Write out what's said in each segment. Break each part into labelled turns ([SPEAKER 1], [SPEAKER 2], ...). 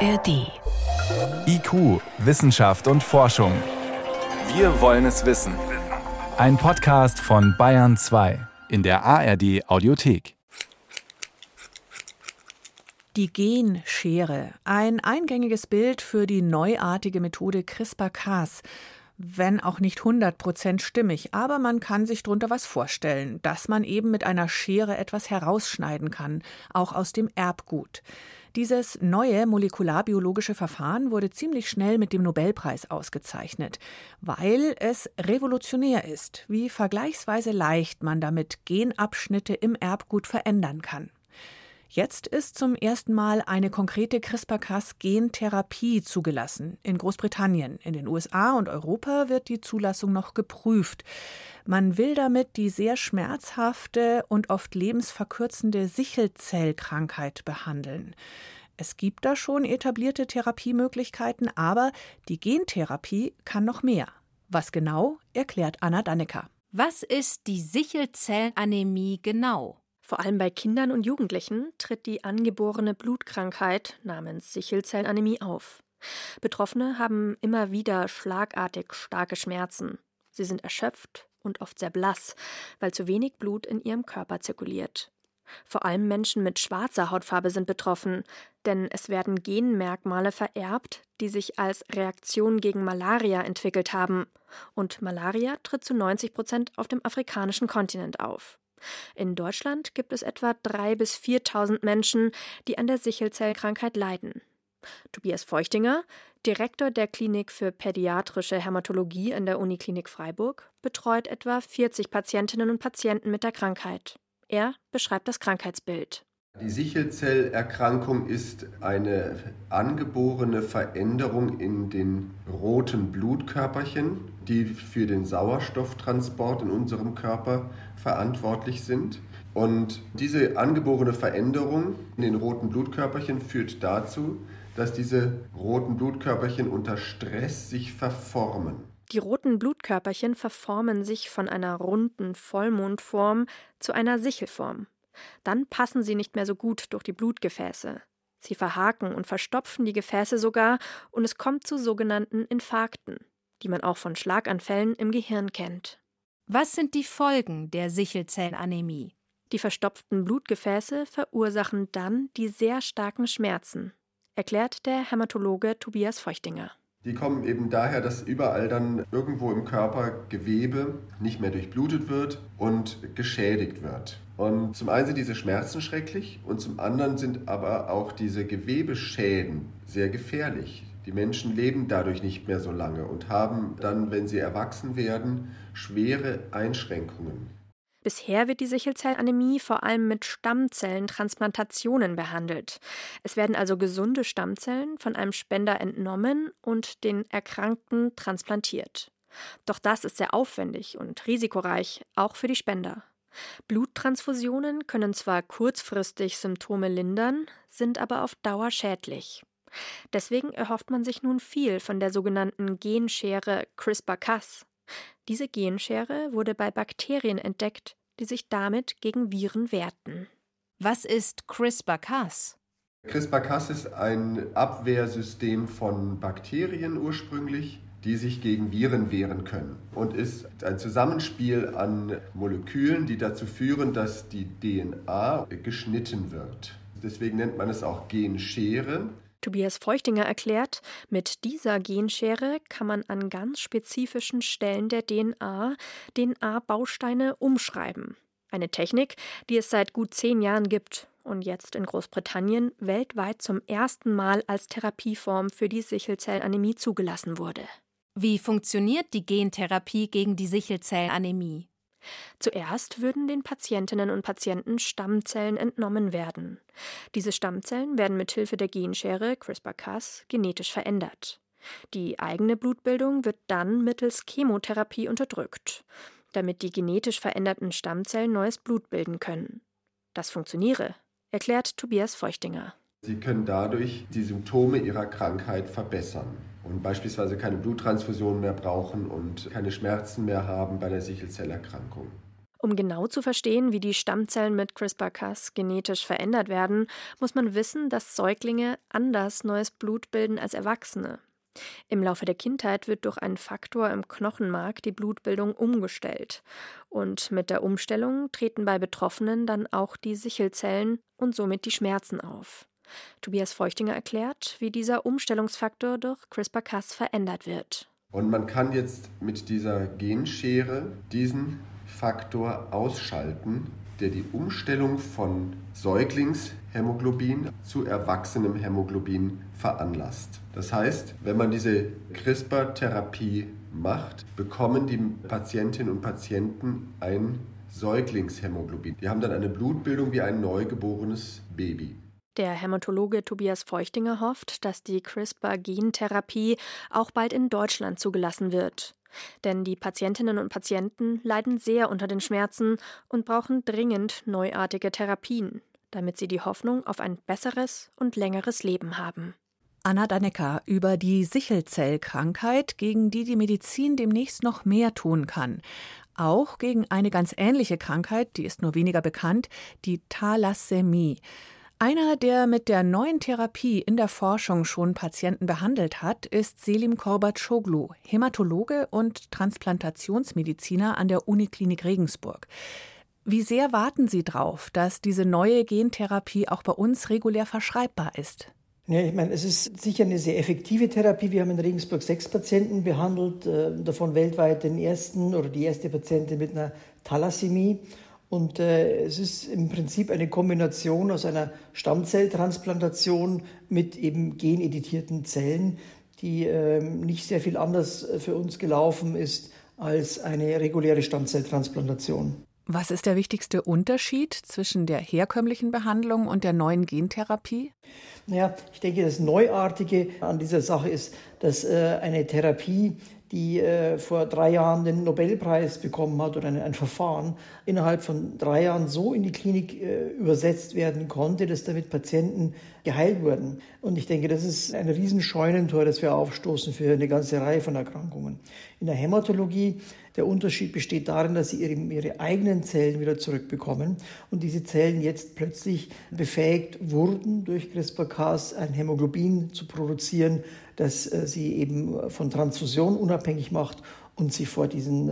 [SPEAKER 1] ARD.
[SPEAKER 2] IQ, Wissenschaft und Forschung. Wir wollen es wissen. Ein Podcast von Bayern 2 in der ARD Audiothek.
[SPEAKER 3] Die Genschere, ein eingängiges Bild für die neuartige Methode CRISPR-Cas. Wenn auch nicht 100% stimmig, aber man kann sich darunter was vorstellen, dass man eben mit einer Schere etwas herausschneiden kann, auch aus dem Erbgut. Dieses neue molekularbiologische Verfahren wurde ziemlich schnell mit dem Nobelpreis ausgezeichnet, weil es revolutionär ist, wie vergleichsweise leicht man damit Genabschnitte im Erbgut verändern kann. Jetzt ist zum ersten Mal eine konkrete CRISPR-Cas-Gentherapie zugelassen in Großbritannien. In den USA und Europa wird die Zulassung noch geprüft. Man will damit die sehr schmerzhafte und oft lebensverkürzende Sichelzellkrankheit behandeln. Es gibt da schon etablierte Therapiemöglichkeiten, aber die Gentherapie kann noch mehr. Was genau, erklärt Anna Dannecker.
[SPEAKER 1] Was ist die Sichelzellanämie genau?
[SPEAKER 4] Vor allem bei Kindern und Jugendlichen tritt die angeborene Blutkrankheit namens Sichelzellanämie auf. Betroffene haben immer wieder schlagartig starke Schmerzen. Sie sind erschöpft und oft sehr blass, weil zu wenig Blut in ihrem Körper zirkuliert. Vor allem Menschen mit schwarzer Hautfarbe sind betroffen, denn es werden Genmerkmale vererbt, die sich als Reaktion gegen Malaria entwickelt haben. Und Malaria tritt zu 90% auf dem afrikanischen Kontinent auf. In Deutschland gibt es etwa 3.000 bis 4.000 Menschen, die an der Sichelzellkrankheit leiden. Tobias Feuchtinger, Direktor der Klinik für pädiatrische Hämatologie an der Uniklinik Freiburg, betreut etwa 40 Patientinnen und Patienten mit der Krankheit. Er beschreibt das Krankheitsbild.
[SPEAKER 5] Die Sichelzellerkrankung ist eine angeborene Veränderung in den roten Blutkörperchen, die für den Sauerstofftransport in unserem Körper verantwortlich sind. Und diese angeborene Veränderung in den roten Blutkörperchen führt dazu, dass diese roten Blutkörperchen unter Stress sich verformen.
[SPEAKER 4] Die roten Blutkörperchen verformen sich von einer runden Vollmondform zu einer Sichelform. Dann passen sie nicht mehr so gut durch die Blutgefäße. Sie verhaken und verstopfen die Gefäße sogar und es kommt zu sogenannten Infarkten, die man auch von Schlaganfällen im Gehirn kennt.
[SPEAKER 1] Was sind die Folgen der Sichelzellanämie?
[SPEAKER 4] Die verstopften Blutgefäße verursachen dann die sehr starken Schmerzen, erklärt der Hämatologe Tobias Feuchtinger.
[SPEAKER 5] Die kommen eben daher, dass überall dann irgendwo im Körper Gewebe nicht mehr durchblutet wird und geschädigt wird. Und zum einen sind diese Schmerzen schrecklich und zum anderen sind aber auch diese Gewebeschäden sehr gefährlich. Die Menschen leben dadurch nicht mehr so lange und haben dann, wenn sie erwachsen werden, schwere Einschränkungen.
[SPEAKER 4] Bisher wird die Sichelzellanämie vor allem mit Stammzellentransplantationen behandelt. Es werden also gesunde Stammzellen von einem Spender entnommen und den Erkrankten transplantiert. Doch das ist sehr aufwendig und risikoreich, auch für die Spender. Bluttransfusionen können zwar kurzfristig Symptome lindern, sind aber auf Dauer schädlich. Deswegen erhofft man sich nun viel von der sogenannten Genschere CRISPR-Cas. Diese Genschere wurde bei Bakterien entdeckt, die sich damit gegen Viren wehrten.
[SPEAKER 1] Was ist CRISPR-Cas?
[SPEAKER 5] CRISPR-Cas ist ein Abwehrsystem von Bakterien ursprünglich, die sich gegen Viren wehren können und ist ein Zusammenspiel an Molekülen, die dazu führen, dass die DNA geschnitten wird. Deswegen nennt man es auch Genschere.
[SPEAKER 4] Tobias Feuchtinger erklärt, mit dieser Genschere kann man an ganz spezifischen Stellen der DNA-Bausteine umschreiben. Eine Technik, die es seit gut 10 Jahren gibt und jetzt in Großbritannien weltweit zum ersten Mal als Therapieform für die Sichelzellanämie zugelassen wurde.
[SPEAKER 1] Wie funktioniert die Gentherapie gegen die Sichelzellanämie?
[SPEAKER 4] Zuerst würden den Patientinnen und Patienten Stammzellen entnommen werden. Diese Stammzellen werden mithilfe der Genschere CRISPR-Cas genetisch verändert. Die eigene Blutbildung wird dann mittels Chemotherapie unterdrückt, damit die genetisch veränderten Stammzellen neues Blut bilden können. Das funktioniere, erklärt Tobias Feuchtinger.
[SPEAKER 5] Sie können dadurch die Symptome ihrer Krankheit verbessern und beispielsweise keine Bluttransfusion mehr brauchen und keine Schmerzen mehr haben bei der Sichelzellerkrankung.
[SPEAKER 4] Um genau zu verstehen, wie die Stammzellen mit CRISPR-Cas genetisch verändert werden, muss man wissen, dass Säuglinge anders neues Blut bilden als Erwachsene. Im Laufe der Kindheit wird durch einen Faktor im Knochenmark die Blutbildung umgestellt. Und mit der Umstellung treten bei Betroffenen dann auch die Sichelzellen und somit die Schmerzen auf. Tobias Feuchtinger erklärt, wie dieser Umstellungsfaktor durch CRISPR-Cas verändert wird.
[SPEAKER 5] Und man kann jetzt mit dieser Genschere diesen Faktor ausschalten, der die Umstellung von Säuglingshämoglobin zu erwachsenem Hämoglobin veranlasst. Das heißt, wenn man diese CRISPR-Therapie macht, bekommen die Patientinnen und Patienten ein Säuglingshämoglobin. Die haben dann eine Blutbildung wie ein neugeborenes Baby.
[SPEAKER 4] Der Hämatologe Tobias Feuchtinger hofft, dass die CRISPR-Gentherapie auch bald in Deutschland zugelassen wird. Denn die Patientinnen und Patienten leiden sehr unter den Schmerzen und brauchen dringend neuartige Therapien, damit sie die Hoffnung auf ein besseres und längeres Leben haben.
[SPEAKER 3] Anna Dannecker über die Sichelzellkrankheit, gegen die die Medizin demnächst noch mehr tun kann. Auch gegen eine ganz ähnliche Krankheit, die ist nur weniger bekannt, die Thalassämie. Einer, der mit der neuen Therapie in der Forschung schon Patienten behandelt hat, ist Selim Korbatschoglu, Hämatologe und Transplantationsmediziner an der Uniklinik Regensburg. Wie sehr warten Sie drauf, dass diese neue Gentherapie auch bei uns regulär verschreibbar ist?
[SPEAKER 6] Ja, ich meine, es ist sicher eine sehr effektive Therapie. Wir haben in Regensburg 6 Patienten behandelt, davon weltweit die erste Patientin mit einer Thalassämie. Und es ist im Prinzip eine Kombination aus einer Stammzelltransplantation mit eben geneditierten Zellen, die nicht sehr viel anders für uns gelaufen ist als eine reguläre Stammzelltransplantation.
[SPEAKER 3] Was ist der wichtigste Unterschied zwischen der herkömmlichen Behandlung und der neuen Gentherapie?
[SPEAKER 6] Naja, ich denke, das Neuartige an dieser Sache ist, dass eine Therapie, die vor 3 Jahren den Nobelpreis bekommen hat oder ein Verfahren, innerhalb von 3 Jahren so in die Klinik übersetzt werden konnte, dass damit Patienten geheilt wurden. Und ich denke, das ist ein Riesenscheunentor, das wir aufstoßen für eine ganze Reihe von Erkrankungen. In der Hämatologie, der Unterschied besteht darin, dass sie ihre eigenen Zellen wieder zurückbekommen und diese Zellen jetzt plötzlich befähigt wurden, durch CRISPR-Cas ein Hämoglobin zu produzieren, das sie eben von Transfusion unabhängig macht und sie vor diesen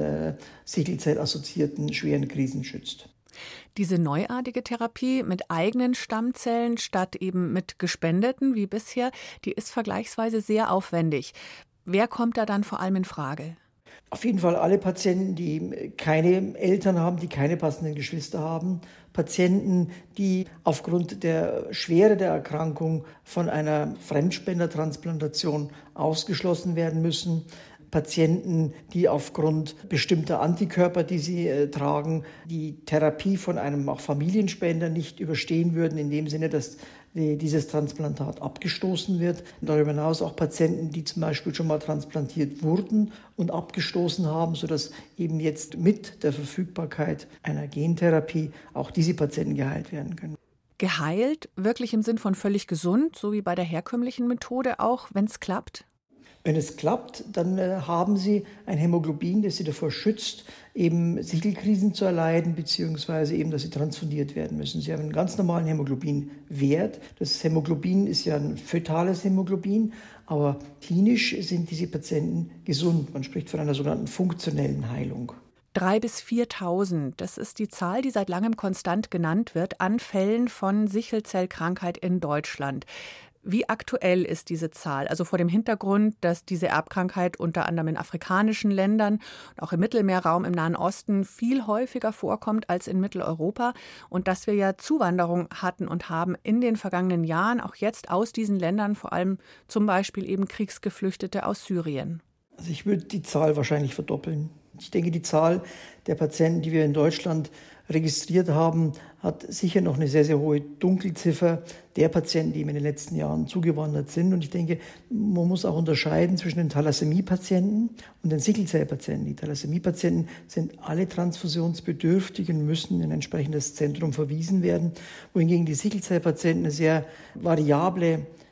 [SPEAKER 6] Sichelzell-assoziierten schweren Krisen schützt.
[SPEAKER 3] Diese neuartige Therapie mit eigenen Stammzellen statt eben mit gespendeten wie bisher, die ist vergleichsweise sehr aufwendig. Wer kommt da dann vor allem in Frage?
[SPEAKER 6] Auf jeden Fall alle Patienten, die keine Eltern haben, die keine passenden Geschwister haben. Patienten, die aufgrund der Schwere der Erkrankung von einer Fremdspendertransplantation ausgeschlossen werden müssen. Patienten, die aufgrund bestimmter Antikörper, die sie tragen, die Therapie von einem auch Familienspender nicht überstehen würden, in dem Sinne, dass dieses Transplantat abgestoßen wird. Darüber hinaus auch Patienten, die zum Beispiel schon mal transplantiert wurden und abgestoßen haben, sodass eben jetzt mit der Verfügbarkeit einer Gentherapie auch diese Patienten geheilt werden können.
[SPEAKER 3] Geheilt, wirklich im Sinn von völlig gesund, so wie bei der herkömmlichen Methode auch, wenn es klappt?
[SPEAKER 6] Wenn es klappt, dann haben Sie ein Hämoglobin, das Sie davor schützt, eben Sichelkrisen zu erleiden, beziehungsweise eben, dass Sie transfundiert werden müssen. Sie haben einen ganz normalen Hämoglobinwert. Das Hämoglobin ist ja ein fötales Hämoglobin, aber klinisch sind diese Patienten gesund. Man spricht von einer sogenannten funktionellen Heilung.
[SPEAKER 3] 3.000 bis 4.000, das ist die Zahl, die seit langem konstant genannt wird, an Fällen von Sichelzellkrankheit in Deutschland. Wie aktuell ist diese Zahl? Also vor dem Hintergrund, dass diese Erbkrankheit unter anderem in afrikanischen Ländern und auch im Mittelmeerraum im Nahen Osten viel häufiger vorkommt als in Mitteleuropa und dass wir ja Zuwanderung hatten und haben in den vergangenen Jahren, auch jetzt aus diesen Ländern, vor allem zum Beispiel eben Kriegsgeflüchtete aus Syrien.
[SPEAKER 6] Also ich würde die Zahl wahrscheinlich verdoppeln. Ich denke, die Zahl der Patienten, die wir in Deutschland registriert haben, hat sicher noch eine sehr, sehr hohe Dunkelziffer der Patienten, die in den letzten Jahren zugewandert sind. Und ich denke, man muss auch unterscheiden zwischen den Thalassämie-Patienten und den Sichelzell-Patienten. Die Thalassämie-Patienten sind alle transfusionsbedürftig und müssen in ein entsprechendes Zentrum verwiesen werden, wohingegen die Sichelzell-Patienten eine sehr variable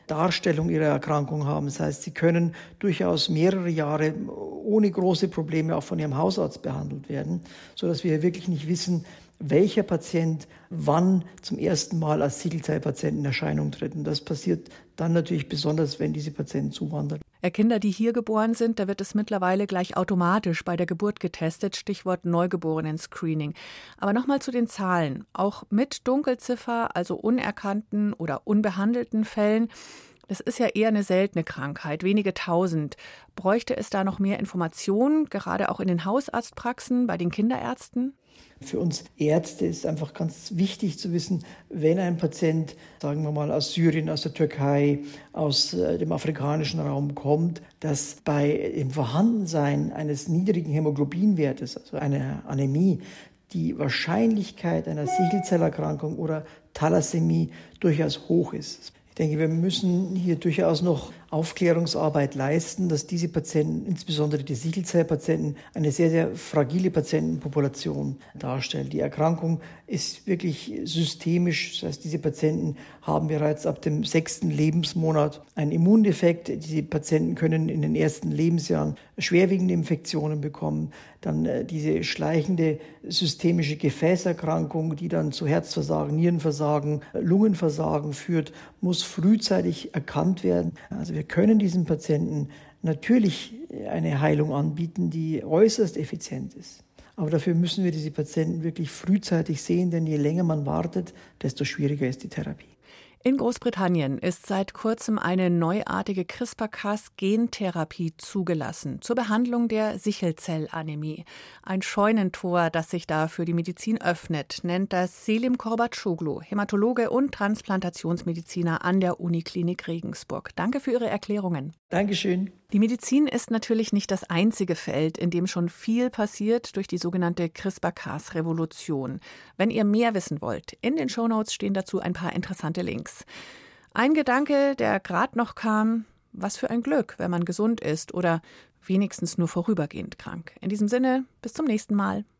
[SPEAKER 6] Darstellung ihrer Erkrankung haben. Das heißt, sie können durchaus mehrere Jahre ohne große Probleme auch von ihrem Hausarzt behandelt werden, sodass wir wirklich nicht wissen, welcher Patient wann zum ersten Mal als Sichelzellpatient in Erscheinung tritt. Und das passiert dann natürlich besonders, wenn diese Patienten zuwandern.
[SPEAKER 3] Kinder, die hier geboren sind, da wird es mittlerweile gleich automatisch bei der Geburt getestet, Stichwort Neugeborenen-Screening. Aber nochmal zu den Zahlen. Auch mit Dunkelziffer, also unerkannten oder unbehandelten Fällen, das ist ja eher eine seltene Krankheit, wenige tausend. Bräuchte es da noch mehr Informationen, gerade auch in den Hausarztpraxen, bei den Kinderärzten?
[SPEAKER 6] Für uns Ärzte ist einfach ganz wichtig zu wissen, wenn ein Patient, sagen wir mal aus Syrien, aus der Türkei, aus dem afrikanischen Raum kommt, dass bei dem Vorhandensein eines niedrigen Hämoglobinwertes, also einer Anämie, die Wahrscheinlichkeit einer Sichelzellerkrankung oder Thalassämie durchaus hoch ist. Ich denke, wir müssen hier durchaus noch Aufklärungsarbeit leisten, dass diese Patienten, insbesondere die Sichelzellpatienten, eine sehr, sehr fragile Patientenpopulation darstellen. Die Erkrankung ist wirklich systemisch. Das heißt, diese Patienten haben bereits ab dem 6. Lebensmonat einen Immundefekt. Diese Patienten können in den ersten Lebensjahren schwerwiegende Infektionen bekommen. Dann diese schleichende systemische Gefäßerkrankung, die dann zu Herzversagen, Nierenversagen, Lungenversagen führt, muss frühzeitig erkannt werden. Also wir können diesen Patienten natürlich eine Heilung anbieten, die äußerst effizient ist. Aber dafür müssen wir diese Patienten wirklich frühzeitig sehen, denn je länger man wartet, desto schwieriger ist die Therapie.
[SPEAKER 3] In Großbritannien ist seit kurzem eine neuartige CRISPR-Cas-Gentherapie zugelassen zur Behandlung der Sichelzellanämie. Ein Scheunentor, das sich da für die Medizin öffnet, nennt das Selim Korbatschoglu, Hämatologe und Transplantationsmediziner an der Uniklinik Regensburg. Danke für Ihre Erklärungen.
[SPEAKER 6] Dankeschön.
[SPEAKER 3] Die Medizin ist natürlich nicht das einzige Feld, in dem schon viel passiert durch die sogenannte CRISPR-Cas-Revolution. Wenn ihr mehr wissen wollt, in den Shownotes stehen dazu ein paar interessante Links. Ein Gedanke, der gerade noch kam: Was für ein Glück, wenn man gesund ist oder wenigstens nur vorübergehend krank. In diesem Sinne, bis zum nächsten Mal.